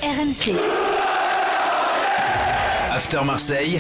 RMC. After Marseille.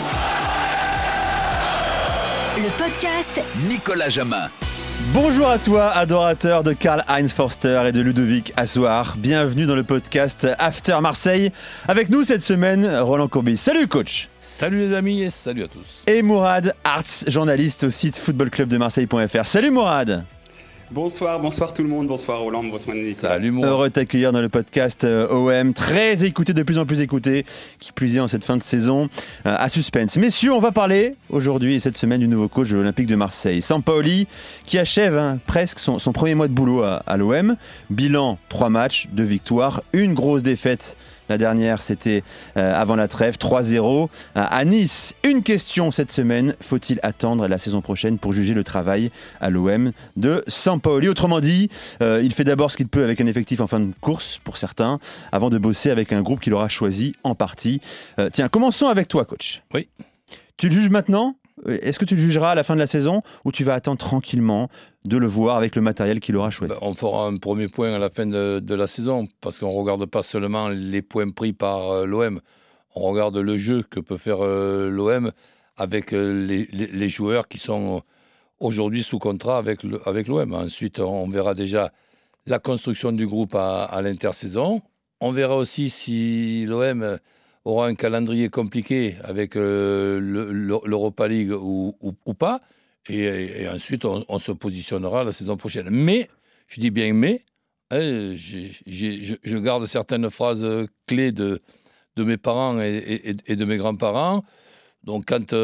Le podcast Nicolas Jamin. Bonjour à toi, adorateur de Karl-Heinz Forster et de Ludovic Assoir. Bienvenue dans le podcast After Marseille. Avec nous cette semaine, Roland Courbis. Salut coach. Salut les amis et salut à tous. Et Mourad Arts, journaliste au site footballclubdemarseille.fr. Salut Mourad. Bonsoir tout le monde, bonsoir Roland, bonsoir Nicolas. Salut Mourad. Heureux de t'accueillir dans le podcast OM, très écouté, de plus en plus écouté, qui plus est en cette fin de saison à suspense. Messieurs, on va parler aujourd'hui et cette semaine du nouveau coach de l'Olympique de Marseille, Sampaoli, qui achève presque son premier mois de boulot à l'OM. Bilan, 3 matchs, 2 victoires, une grosse défaite. La dernière, c'était avant la trêve, 3-0 à Nice. Une question cette semaine, faut-il attendre la saison prochaine pour juger le travail à l'OM de Sampaoli? Autrement dit, il fait d'abord ce qu'il peut avec un effectif en fin de course, pour certains, avant de bosser avec un groupe qu'il aura choisi en partie. Tiens, commençons avec toi, coach. Oui. Tu le juges maintenant? Est-ce que tu le jugeras à la fin de la saison ou tu vas attendre tranquillement de le voir avec le matériel qu'il aura choisi? On fera un premier point à la fin de la saison parce qu'on ne regarde pas seulement les points pris par l'OM. On regarde le jeu que peut faire l'OM avec les joueurs qui sont aujourd'hui sous contrat avec l'OM. Ensuite, on verra déjà la construction du groupe à l'intersaison. On verra aussi si l'OM aura un calendrier compliqué avec l'Europa League ou pas. Et ensuite, on se positionnera la saison prochaine. Mais, je dis bien mais, je garde certaines phrases clés de mes parents et de mes grands-parents. Donc, quand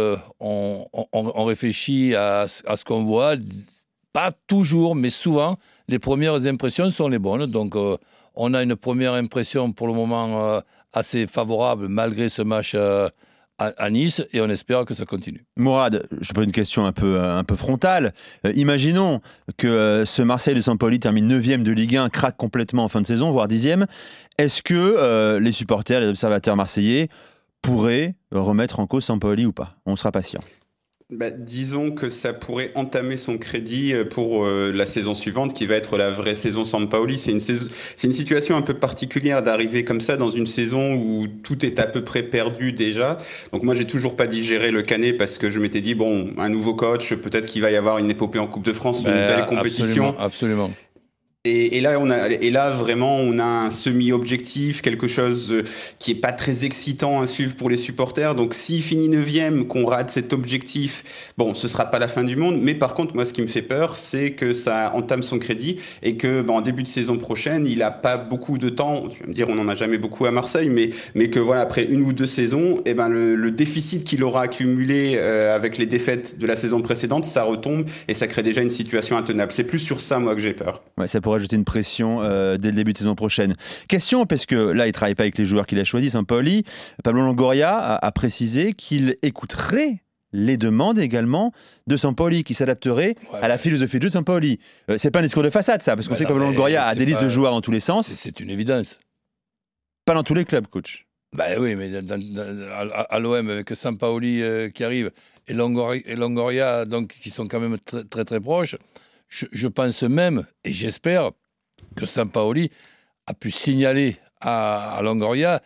on réfléchit à ce qu'on voit, pas toujours, mais souvent, les premières impressions sont les bonnes. Donc, on a une première impression pour le moment assez favorable malgré ce match à Nice et on espère que ça continue. Mourad, je pose une question un peu frontale. Imaginons que ce Marseille de Sampaoli termine 9e de Ligue 1, craque complètement en fin de saison, voire 10e. Est-ce que les supporters, les observateurs marseillais pourraient remettre en cause Sampaoli ou pas? On sera patient. Disons que ça pourrait entamer son crédit pour la saison suivante qui va être la vraie saison Sampaoli. C'est une situation un peu particulière d'arriver comme ça dans une saison où tout est à peu près perdu déjà. Donc moi j'ai toujours pas digéré le Canet parce que je m'étais dit bon, un nouveau coach, peut-être qu'il va y avoir une épopée en Coupe de France, une belle compétition. Absolument. Et là, vraiment, on a un semi-objectif, quelque chose qui est pas très excitant à suivre pour les supporters. Donc, s'il finit 9e, qu'on rate cet objectif, bon, ce sera pas la fin du monde. Mais par contre, moi, ce qui me fait peur, c'est que ça entame son crédit et que, en début de saison prochaine, il a pas beaucoup de temps. Tu vas me dire, on n'en a jamais beaucoup à Marseille, mais que voilà, après 1 ou 2 saisons, le déficit qu'il aura accumulé avec les défaites de la saison précédente, ça retombe et ça crée déjà une situation intenable. C'est plus sur ça, moi, que j'ai peur. Ouais, ça pourrait ajouter une pression dès le début de saison prochaine. Question, parce que là, il ne travaille pas avec les joueurs qu'il a choisis, Sampaoli. Pablo Longoria a précisé qu'il écouterait les demandes également de Sampaoli, qui s'adapterait à la philosophie de jeu de Sampaoli. C'est pas un discours de façade, ça, parce qu'on sait que Pablo Longoria a des listes de joueurs dans tous les sens. C'est une évidence. Pas dans tous les clubs, coach. Oui, mais à l'OM, avec Sampaoli qui arrive et Longoria donc, qui sont quand même très, très, très proches, je pense même, et j'espère, que Sampaoli a pu signaler à Longoria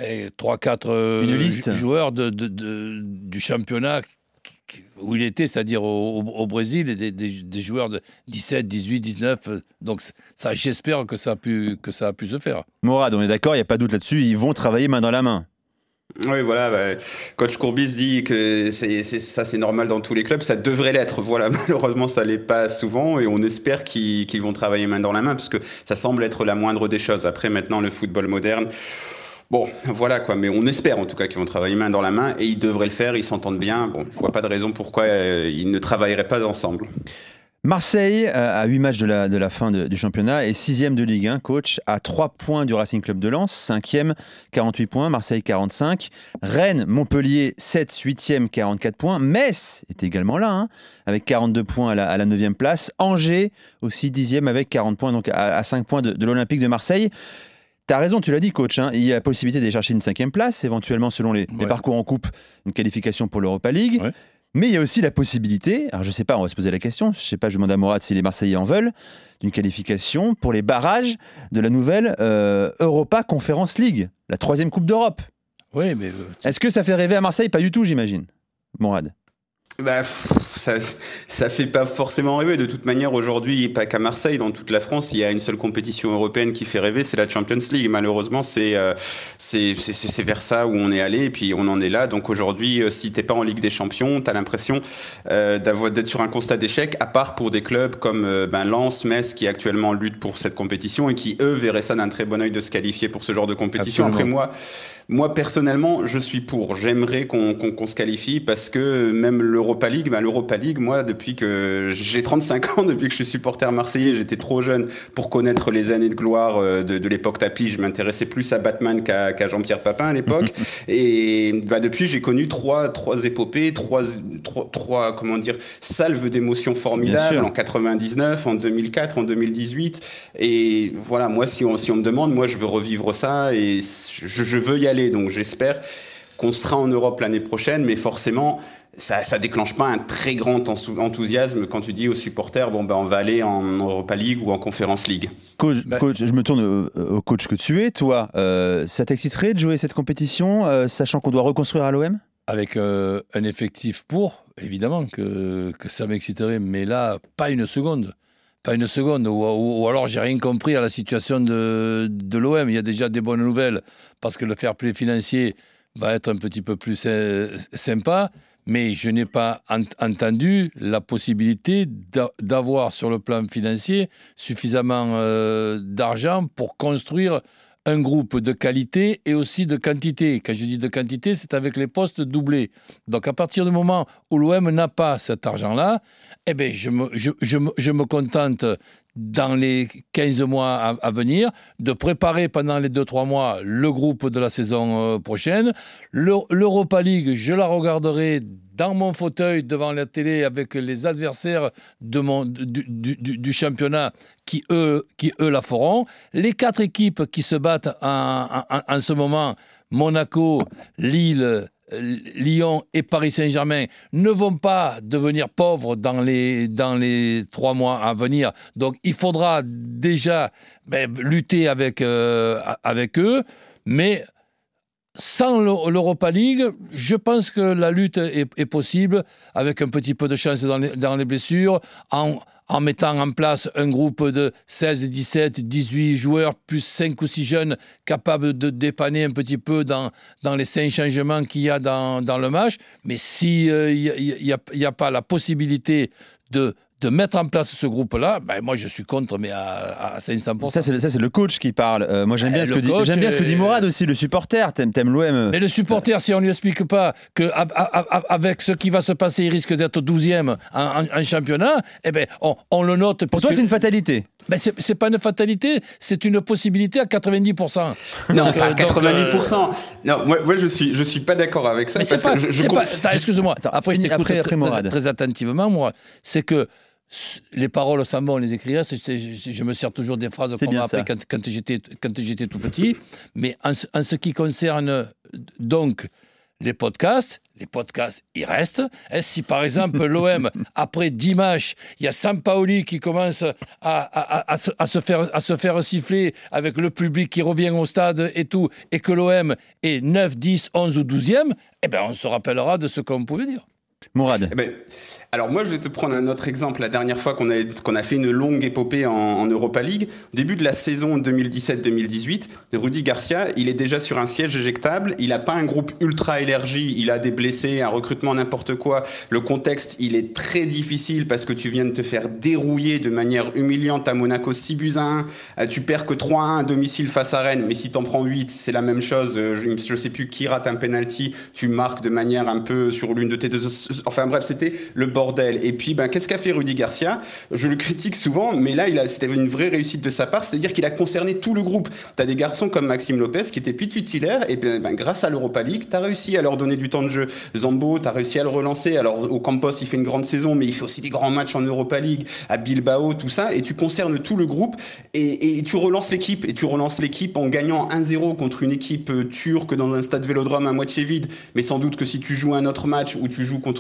3-4 joueurs du championnat où il était, c'est-à-dire au Brésil, et des joueurs de 17, 18, 19. Donc ça, j'espère que ça a pu se faire. Mourad, on est d'accord, il n'y a pas de doute là-dessus, ils vont travailler main dans la main. Oui, voilà. Coach Courbis dit que c'est normal dans tous les clubs. Ça devrait l'être. Voilà, malheureusement, ça l'est pas souvent, et on espère qu'ils vont travailler main dans la main parce que ça semble être la moindre des choses. Après, maintenant, le football moderne. Bon, voilà quoi. Mais on espère en tout cas qu'ils vont travailler main dans la main et ils devraient le faire. Ils s'entendent bien. Bon, je vois pas de raison pourquoi ils ne travailleraient pas ensemble. Marseille, à 8 matchs de la fin du championnat, est 6e de Ligue 1, coach, à 3 points du Racing Club de Lens, 5e, 48 points, Marseille 45, Rennes, Montpellier 7, 8e, 44 points, Metz est également là, avec 42 points à la 9e place, Angers aussi 10e avec 40 points, donc à 5 points de l'Olympique de Marseille. Tu as raison, tu l'as dit coach, il y a la possibilité d'aller chercher une 5e place, éventuellement selon les parcours en coupe, une qualification pour l'Europa League. Ouais. Mais il y a aussi la possibilité, alors je ne sais pas, on va se poser la question, je ne sais pas, je demande à Mourad si les Marseillais en veulent, d'une qualification pour les barrages de la nouvelle Europa Conference League, la 3e Coupe d'Europe. Oui, mais... Est-ce que ça fait rêver à Marseille? Pas du tout, j'imagine. Mourad. Ça fait pas forcément rêver. De toute manière, aujourd'hui, pas qu'à Marseille, dans toute la France, il y a une seule compétition européenne qui fait rêver, c'est la Champions League. Malheureusement, c'est vers ça où on est allé, et puis on en est là. Donc aujourd'hui, si t'es pas en Ligue des Champions, t'as l'impression d'être sur un constat d'échec, à part pour des clubs comme Lens, Metz, qui actuellement luttent pour cette compétition et qui, eux, verraient ça d'un très bon œil de se qualifier pour ce genre de compétition. Absolument. Après, moi, personnellement, je suis pour. J'aimerais qu'on se qualifie parce que même l'Europa League, moi, depuis que j'ai 35 ans, depuis que je suis supporter marseillais, j'étais trop jeune pour connaître les années de gloire de l'époque Tapi. Je m'intéressais plus à Batman qu'à Jean-Pierre Papin à l'époque. Et depuis, j'ai connu trois épopées, trois salves d'émotions formidables en 99, en 2004, en 2018. Et voilà, moi, si on me demande, moi, je veux revivre ça et je veux y aller. Donc j'espère qu'on sera en Europe l'année prochaine, mais forcément ça déclenche pas un très grand enthousiasme quand tu dis aux supporters on va aller en Europa League ou en Conference League. Coach, je me tourne au coach que tu es, toi, ça t'exciterait de jouer cette compétition, sachant qu'on doit reconstruire à l'OM? Avec un effectif évidemment que ça m'exciterait, mais là, pas une seconde. Pas une seconde, ou alors j'ai rien compris à la situation de l'OM. Il y a déjà des bonnes nouvelles, parce que le fair play financier va être un petit peu plus sympa, mais je n'ai pas entendu la possibilité d'avoir sur le plan financier suffisamment d'argent pour construire un groupe de qualité et aussi de quantité. Quand je dis de quantité, c'est avec les postes doublés. Donc à partir du moment où l'OM n'a pas cet argent-là, je me contente dans les 15 mois à venir de préparer pendant les 2-3 mois le groupe de la saison prochaine. L'Europa League, je la regarderai dans mon fauteuil devant la télé avec les adversaires du championnat qui eux la feront. Les 4 équipes qui se battent en ce moment, Monaco, Lille, Lyon et Paris Saint-Germain, ne vont pas devenir pauvres dans les 3 mois à venir. Donc il faudra déjà lutter avec eux, mais sans l'Europa League, je pense que la lutte est possible avec un petit peu de chance dans les blessures, en mettant en place un groupe de 16, 17, 18 joueurs, plus 5 ou 6 jeunes capables de dépanner un petit peu dans les 5 changements qu'il y a dans le match. Mais s'il n'y a pas la possibilité de mettre en place ce groupe-là, moi je suis contre, mais à 500%. Ça c'est le coach qui parle. Moi j'aime bien ce que dit Mourad aussi, le supporter. T'aimes l'OM. Mais le supporter, si on lui explique pas que avec ce qui va se passer, il risque d'être 12e en championnat, on le note. Pour toi, c'est une fatalité. C'est pas une fatalité, c'est une possibilité à 90%. Non, pas à 90%. Non, moi je suis pas d'accord avec ça. Excuse-moi. Après, je t'écoute Mourad. Très attentivement, moi. C'est que les paroles s'en vont, on les écrire. Je me sers toujours des phrases qu'on m'a appris quand j'étais tout petit. Mais en ce qui concerne donc les podcasts, ils restent. Si par exemple l'OM, après 10 matchs, il y a Sampaoli qui commence à se faire siffler avec le public qui revient au stade et tout, et que l'OM est 9, 10, 11 ou 12e, on se rappellera de ce qu'on pouvait dire. Mourad. Alors moi je vais te prendre un autre exemple. La dernière fois qu'on a fait une longue épopée en Europa League, au début de la saison 2017-2018, Rudy Garcia, il est déjà sur un siège éjectable, il n'a pas un groupe ultra élargi, il a des blessés, un recrutement n'importe quoi. Le contexte, il est très difficile parce que tu viens de te faire dérouiller de manière humiliante à Monaco 6-1. Tu perds que 3-1 à domicile face à Rennes, mais si t'en prends 8, c'est la même chose. Je sais plus qui rate un penalty, tu marques de manière un peu sur l'une de tes deux. Enfin bref, c'était le bordel. Et puis, qu'est-ce qu'a fait Rudy Garcia ? Je le critique souvent, mais là, c'était une vraie réussite de sa part, c'est-à-dire qu'il a concerné tout le groupe. T'as des garçons comme Maxime Lopez qui étaient plus titulaires, et grâce à l'Europa League, t'as réussi à leur donner du temps de jeu. Zambo, t'as réussi à le relancer. Alors, au Campos, il fait une grande saison, mais il fait aussi des grands matchs en Europa League, à Bilbao, tout ça, et tu concernes tout le groupe, et tu relances l'équipe. Et tu relances l'équipe en gagnant 1-0 contre une équipe turque dans un stade Vélodrome à moitié vide. Mais sans doute que si tu joues un autre match où tu joues contre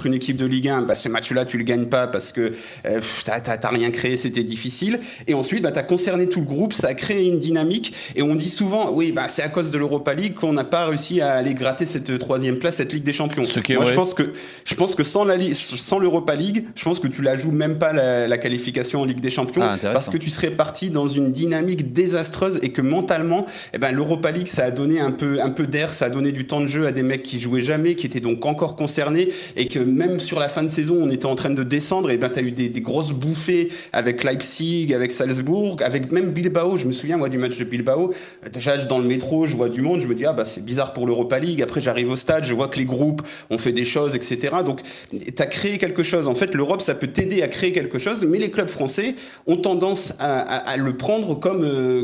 une équipe de Ligue 1, ce match-là, tu le gagnes pas parce que t'as rien créé, c'était difficile. Et ensuite, t'as concerné tout le groupe, ça a créé une dynamique. Et on dit souvent, oui, c'est à cause de l'Europa League qu'on n'a pas réussi à aller gratter cette 3e place, cette Ligue des Champions. Moi, je pense que sans l'Europa League, je pense que tu la joues même pas la qualification en Ligue des Champions, parce que tu serais parti dans une dynamique désastreuse et que mentalement, l'Europa League, ça a donné un peu d'air, ça a donné du temps de jeu à des mecs qui jouaient jamais, qui étaient donc encore concernés, et que même sur la fin de saison, on était en train de descendre, et t'as eu des grosses bouffées avec Leipzig, avec Salzbourg, avec même Bilbao. Je me souviens, moi, du match de Bilbao. Déjà, dans le métro, je vois du monde, je me dis, c'est bizarre pour l'Europa League. Après, j'arrive au stade, je vois que les groupes ont fait des choses, etc. Donc, t'as créé quelque chose. En fait, l'Europe, ça peut t'aider à créer quelque chose, mais les clubs français ont tendance à le prendre comme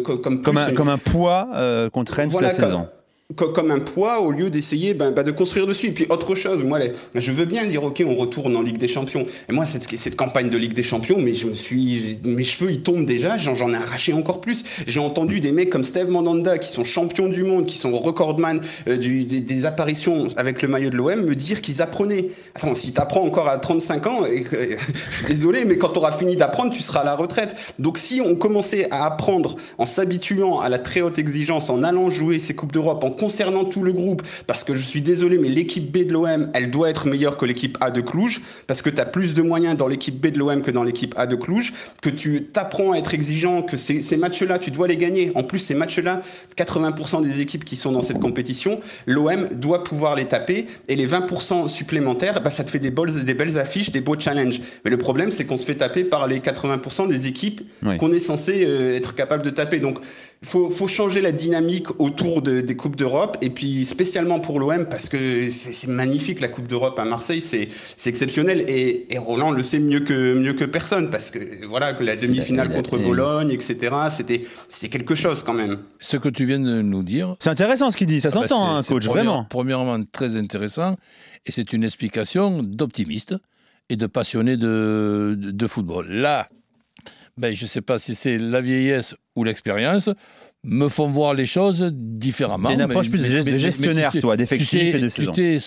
un poids qu'on traîne toute la saison. Comme un poids, au lieu d'essayer de construire dessus. Et puis autre chose, moi je veux bien dire ok, on retourne en Ligue des Champions. Et moi cette campagne de Ligue des Champions, mais mes cheveux ils tombent déjà, j'en ai arraché encore plus. J'ai entendu des mecs comme Steve Mandanda qui sont champions du monde, qui sont recordman des apparitions avec le maillot de l'OM, me dire qu'ils apprenaient. Attends, si t'apprends encore à 35 ans, je suis désolé, mais quand t'auras fini d'apprendre, tu seras à la retraite. Donc si on commençait à apprendre en s'habituant à la très haute exigence, en allant jouer ces Coupes d'Europe, en concernant tout le groupe, parce que je suis désolé, mais l'équipe B de l'OM, elle doit être meilleure que l'équipe A de Cluj, parce que tu as plus de moyens dans l'équipe B de l'OM que dans l'équipe A de Cluj, que tu t'apprends à être exigeant, que ces matchs-là, tu dois les gagner. En plus, ces matchs-là, 80% des équipes qui sont dans cette compétition, l'OM doit pouvoir les taper, et les 20% supplémentaires, ça te fait des belles affiches, des beaux challenges. Mais le problème, c'est qu'on se fait taper par les 80% des équipes qu'on est censé être capable de taper. Donc, faut changer la dynamique autour des Coupes d'Europe, et puis spécialement pour l'OM, parce que c'est magnifique la Coupe d'Europe à Marseille, c'est exceptionnel, et Roland le sait mieux que personne, parce que voilà, que la demi-finale contre Bologne, etc., c'était quelque chose quand même. Ce que tu viens de nous dire, c'est intéressant ce qu'il dit, ça s'entend, coach, vraiment. Premièrement, très intéressant, et c'est une explication d'optimiste et de passionné de football. Là, je ne sais pas si c'est la vieillesse ou l'expérience, me font voir les choses différemment. Une approche plus de gestionnaire, d'effectifs et de saison. Tu sais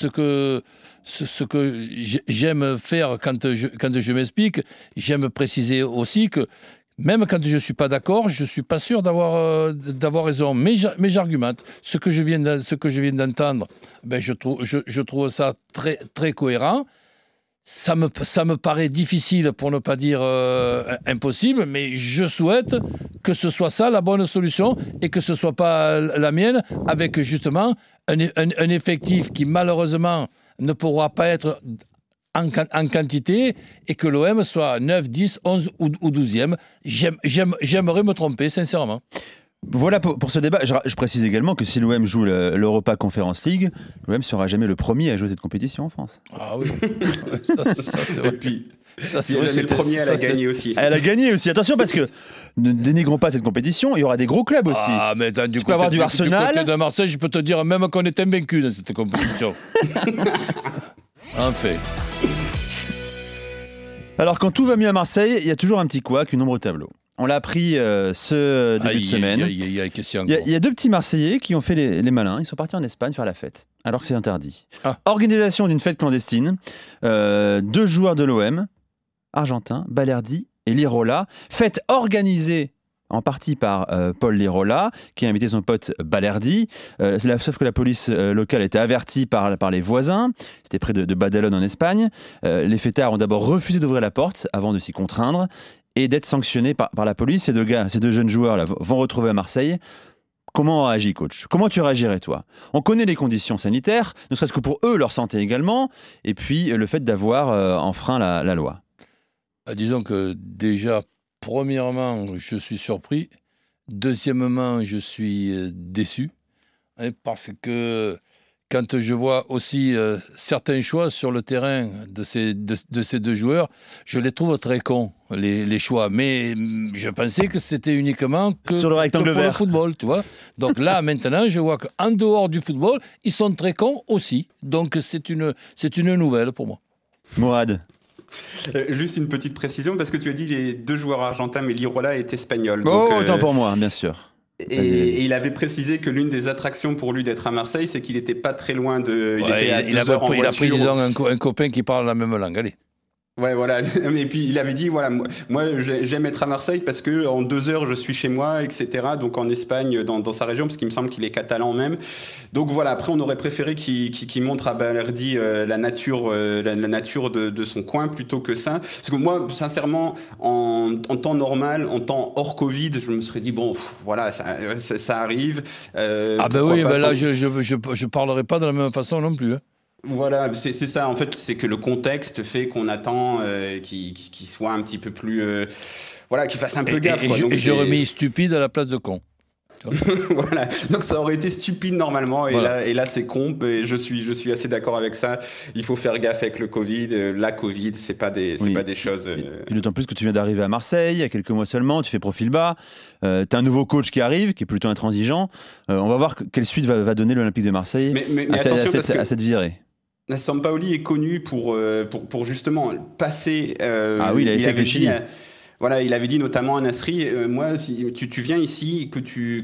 ce que j'aime faire quand je m'explique, j'aime préciser aussi que même quand je ne suis pas d'accord, je ne suis pas sûr d'avoir raison, mais j'argumente. Ce que je viens d'entendre, je trouve ça très, très cohérent. Ça me paraît difficile, pour ne pas dire impossible, mais je souhaite que ce soit ça la bonne solution et que ce ne soit pas la mienne, avec justement un effectif qui malheureusement ne pourra pas être en quantité, et que l'OM soit 9, 10, 11 ou 12e. J'aimerais me tromper, sincèrement. Voilà pour ce débat. Je précise également que si l'OM joue l'Europa Conference League, l'OM ne sera jamais le premier à jouer cette compétition en France. Ah oui, ça c'est vrai. Et puis, il n'y a jamais le premier à la gagner aussi. Elle a gagné aussi. Attention, parce que ne dénigrons pas cette compétition, il y aura des gros clubs aussi. Ah, mais tu peux avoir du Arsenal. Du côté de Marseille, je peux te dire même qu'on est invaincu dans cette compétition. En fait. Alors, quand tout va mieux à Marseille, il y a toujours un petit couac, une ombre au tableau. On l'a appris ce début de semaine. Il y a deux petits Marseillais qui ont fait les malins. Ils sont partis en Espagne faire la fête, alors que c'est interdit. Organisation d'une fête clandestine. 2 joueurs de l'OM, argentins, Balerdi et Lirola. Fête organisée en partie par Paul Lirola, qui a invité son pote Balerdi. Sauf que la police locale a été avertie par les voisins. C'était près de Badalone en Espagne. Les fêtards ont d'abord refusé d'ouvrir la porte avant de s'y contraindre et d'être sanctionnés par la police. Ces deux jeunes joueurs là, vont retrouver à Marseille. Comment on réagit, coach ? Comment tu réagirais, toi ? On connaît les conditions sanitaires, ne serait-ce que pour eux, leur santé également, et puis le fait d'avoir enfreint la loi. Disons que déjà, premièrement, je suis surpris. Deuxièmement, je suis déçu. Parce que quand je vois aussi certains choix sur le terrain de ces deux joueurs, je les trouve très cons, les choix. Mais je pensais que c'était uniquement que sur le rectangle pour vert. Le football, tu vois. Donc là, maintenant, je vois qu'en dehors du football, ils sont très cons aussi. Donc c'est une nouvelle pour moi. Mourad. Juste une petite précision, parce que tu as dit les 2 joueurs argentins, mais Lirola est espagnol. Donc, autant pour moi, bien sûr. Et il avait précisé que l'une des attractions pour lui d'être à Marseille, c'est qu'il n'était pas très loin de. Il était à 2 heures en voiture. Il a pris, disons, un copain qui parle la même langue. Allez. Ouais, voilà. Et puis il avait dit, voilà, moi j'aime être à Marseille parce que en 2 heures je suis chez moi, etc. Donc en Espagne, dans sa région, parce qu'il me semble qu'il est catalan même. Donc voilà. Après, on aurait préféré qu'il montre à Balerdi la nature de son coin plutôt que ça. Parce que moi, sincèrement, en temps normal, en temps hors Covid, je me serais dit bon, voilà, ça arrive. Ah ben oui, ben là je parlerai pas de la même façon non plus. Hein. Voilà, c'est ça. En fait, c'est que le contexte fait qu'on attend qu'il soit un petit peu plus... voilà, qu'il fasse un peu gaffe. J'aurais mis stupide à la place de con. Voilà, donc ça aurait été stupide normalement, et là c'est con, et je suis assez d'accord avec ça. Il faut faire gaffe avec le Covid. La Covid, c'est pas des choses... Et d'autant plus que tu viens d'arriver à Marseille, il y a quelques mois seulement, tu fais profil bas, t'as un nouveau coach qui arrive, qui est plutôt intransigeant. On va voir quelle suite va donner l'Olympique de Marseille à cette virée. Sampaoli est connu pour justement passer. Il avait dit. Voilà, il avait dit notamment à Nasri, moi, si tu viens ici, que tu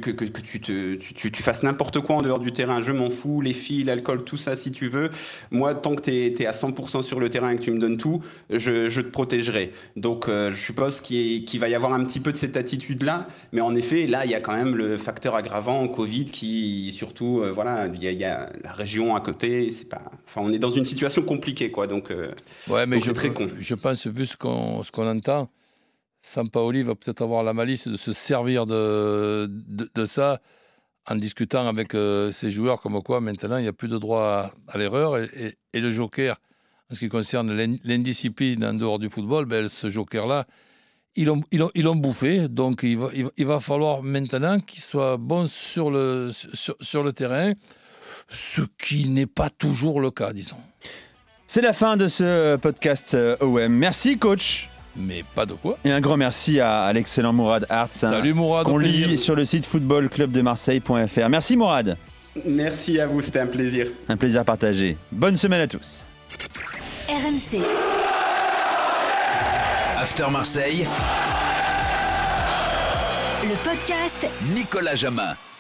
fasses n'importe quoi en dehors du terrain, je m'en fous, les filles, l'alcool, tout ça, si tu veux. Moi, tant que t'es à 100% sur le terrain et que tu me donnes tout, je te protégerai. Donc, je suppose qu'il va y avoir un petit peu de cette attitude-là. Mais en effet, là, il y a quand même le facteur aggravant Covid qui, surtout, voilà, il y a la région à côté. C'est pas, enfin, on est dans une situation compliquée, quoi. Donc, mais c'est très con. Je pense, vu ce qu'on entend, Sampaoli va peut-être avoir la malice de se servir de ça en discutant avec ses joueurs, comme quoi maintenant il n'y a plus de droit à l'erreur, et le joker, en ce qui concerne l'indiscipline en dehors du football, ce joker-là, ils l'ont bouffé, donc il va falloir maintenant qu'il soit bon sur le terrain, ce qui n'est pas toujours le cas, disons. C'est la fin de ce podcast OM. Merci coach. Mais pas de quoi. Et un grand merci à l'excellent Mourad Arts. Salut Mourad. Qu'on lit sur le site footballclubdemarseille.fr. Merci Mourad. Merci à vous, c'était un plaisir. Un plaisir partagé. Bonne semaine à tous. RMC. After Marseille. Le podcast Nicolas Jamin.